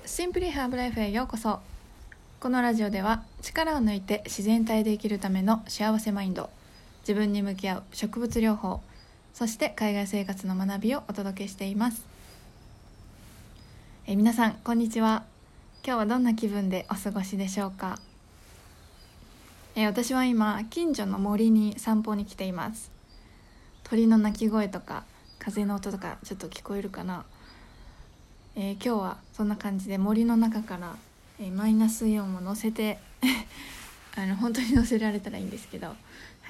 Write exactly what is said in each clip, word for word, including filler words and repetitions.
シンプリハーブライフへようこそ。このラジオでは力を抜いて自然体で生きるための幸せマインド、自分に向き合う植物療法、そして海外生活の学びをお届けしています。え皆さんこんにちは。今日はどんな気分でお過ごしでしょうか。え私は今近所の森に散歩に来ています。鳥の鳴き声とか風の音とかちょっと聞こえるかな。えー、今日はそんな感じで森の中から、えー、マイナスイオンを乗せてあの本当に乗せられたらいいんですけど、はい、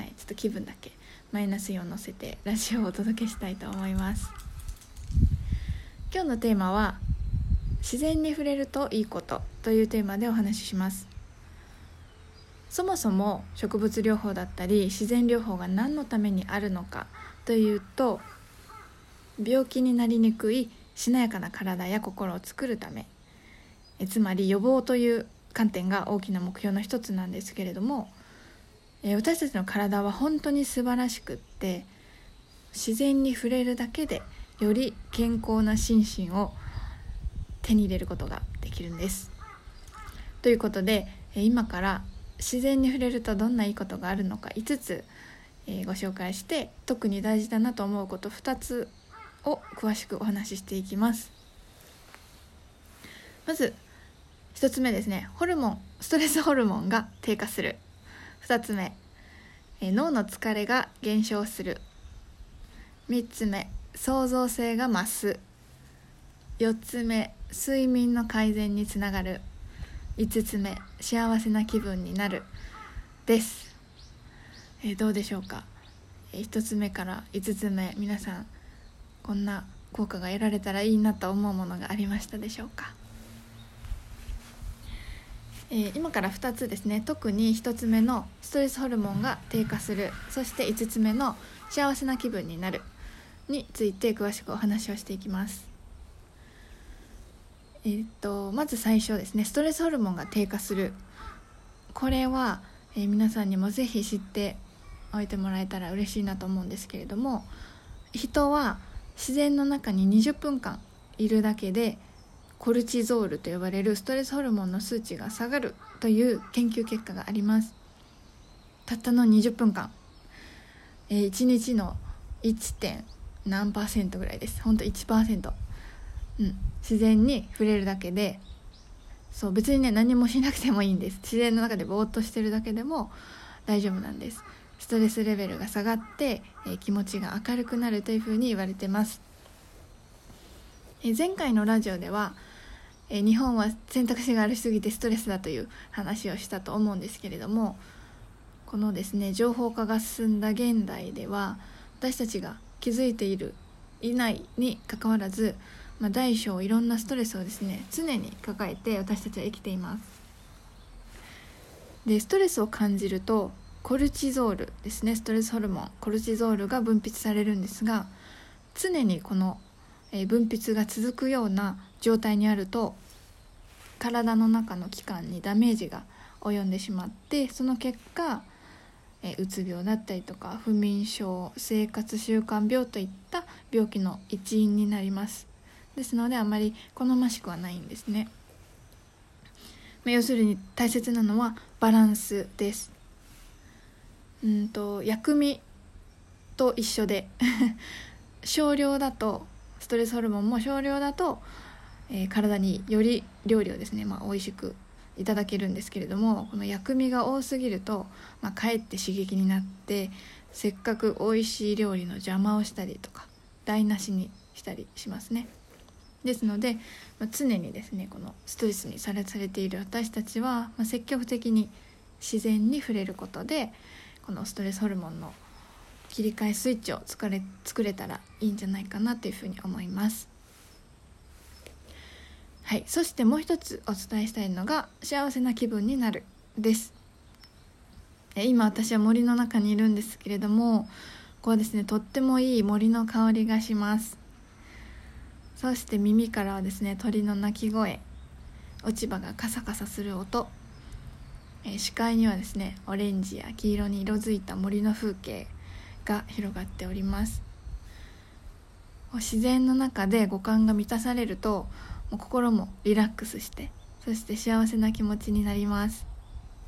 ちょっと気分だけマイナスイオン乗せてラジオをお届けしたいと思います。今日のテーマは自然に触れるといいことというテーマでお話しします。そもそも植物療法だったり自然療法が何のためにあるのかというと、病気になりにくいしなやかな体や心を作るため、えつまり予防という観点が大きな目標の一つなんですけれども、え私たちの体は本当に素晴らしくって、自然に触れるだけでより健康な心身を手に入れることができるんです。ということで今から自然に触れるとどんないいことがあるのかいつつご紹介して、特に大事だなと思うことふたつを詳しくお話ししていきます。まずひとつめですね、ホルモンストレスホルモンが低下する。ふたつめ、え脳の疲れが減少する。みっつめ、創造性が増す。よっつめ、睡眠の改善につながる。いつつめ、幸せな気分になるです。えー、どうでしょうか。えー、ひとつめからいつつめ、皆さんこんな効果が得られたらいいなと思うものがありましたでしょうか。えー、今からふたつですね。特にひとつめのストレスホルモンが低下する、そしていつつめの幸せな気分になるについて詳しくお話をしていきます。えー、っとまず最初ですね、ストレスホルモンが低下する。これは、えー、皆さんにもぜひ知っておいてもらえたら嬉しいなと思うんですけれども、人は自然の中ににじゅっぷんかんいるだけでコルチゾールと呼ばれるストレスホルモンの数値が下がるという研究結果があります。たったのにじゅっぷんかん、えー、いちにちの いち. 点何パーセントぐらいです。ほんと いちパーセント、うん、自然に触れるだけで、そう別にね何もしなくてもいいんです。自然の中でぼーっとしてるだけでも大丈夫なんです。ストレスレベルが下がって、えー、気持ちが明るくなるというふうに言われてます。えー、前回のラジオでは、えー、日本は選択肢がありすぎてストレスだという話をしたと思うんですけれども、このですね情報化が進んだ現代では私たちが気づいているいないにかかわらず、まあ、大小いろんなストレスをですね常に抱えて私たちは生きています。でストレスを感じるとコルチゾールですね、ストレスホルモンコルチゾールが分泌されるんですが、常にこの分泌が続くような状態にあると体の中の器官にダメージが及んでしまって、その結果うつ病だったりとか不眠症、生活習慣病といった病気の一因になります。ですのであまり好ましくはないんですね。要するに大切なのはバランスです。うんと薬味と一緒で少量だとストレスホルモンも少量だと、えー、体により料理をですね、まあ、美味しくいただけるんですけれども、この薬味が多すぎると、まあ、かえって刺激になってせっかく美味しい料理の邪魔をしたりとか台無しにしたりしますね。ですので、まあ、常にですねこのストレスにさらされている私たちは、まあ、積極的に自然に触れることでこのストレスホルモンの切り替えスイッチを作れ、作れたらいいんじゃないかなというふうに思います。はい、そしてもう一つお伝えしたいのが幸せな気分になるです。今私は森の中にいるんですけれども、ここはですねとってもいい森の香りがします。そして耳からはですね鳥の鳴き声、落ち葉がカサカサする音、視界にはですねオレンジや黄色に色づいた森の風景が広がっております。自然の中で五感が満たされるともう心もリラックスして、そして幸せな気持ちになります。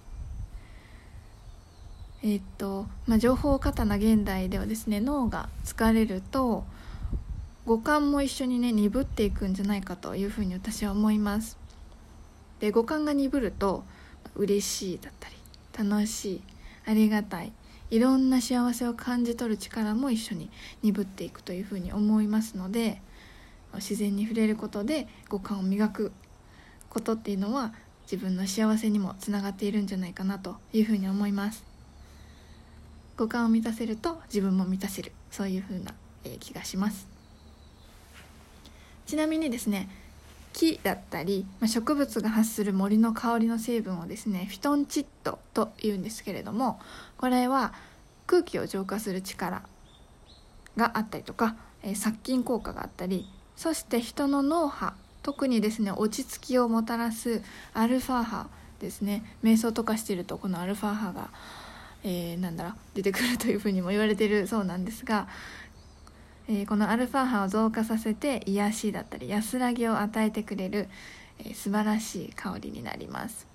えーっとまあ、情報過多な現代ではですね、脳が疲れると五感も一緒にね鈍っていくんじゃないかというふうに私は思います。で、五感が鈍ると嬉しいだったり楽しい、ありがたい、いろんな幸せを感じ取る力も一緒に鈍っていくというふうに思いますので、自然に触れることで五感を磨くことっていうのは自分の幸せにもつながっているんじゃないかなというふうに思います。五感を満たせると自分も満たせる、そういうふうな、えー、気がします。ちなみにですね、木だったり、まあ、植物が発する森の香りの成分をですね、フィトンチッドというんですけれども、これは空気を浄化する力があったりとか、えー、殺菌効果があったり、そして人の脳波、特にですね落ち着きをもたらすアルファ波ですね、瞑想とかしているとこのアルファ波が、えー、なんだろう出てくるというふうにも言われているそうなんですが、えー、このアルファ波を増加させて癒しだったり安らぎを与えてくれる、えー、素晴らしい香りになります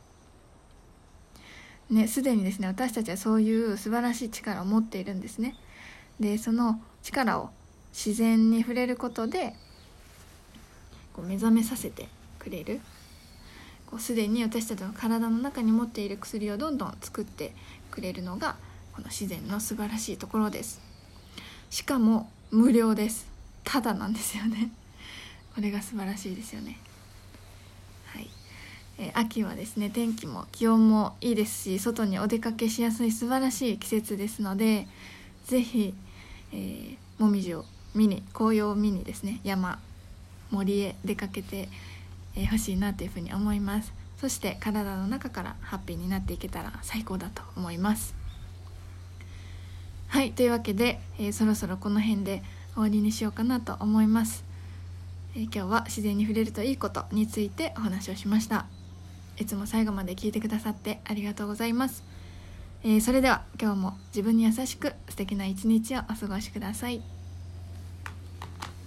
ね。すでにですね私たちはそういう素晴らしい力を持っているんですね。で、その力を自然に触れることでこう目覚めさせてくれる、こうすでに私たちの体の中に持っている薬をどんどん作ってくれるのがこの自然の素晴らしいところです。しかも無料です。ただなんですよね。これが素晴らしいですよね。はい、えー、秋はですね天気も気温もいいですし、外にお出かけしやすい素晴らしい季節ですので、ぜひ、えー、もみじを見に、紅葉を見にですね、山森へ出かけてほしいなというふうに思います。そして体の中からハッピーになっていけたら最高だと思います。はい、というわけで、えー、そろそろこの辺で終わりにしようかなと思います。えー、今日は自然に触れるといいことについてお話をしました。いつも最後まで聞いてくださってありがとうございます。えー、それでは今日も自分に優しく素敵な一日をお過ごしください。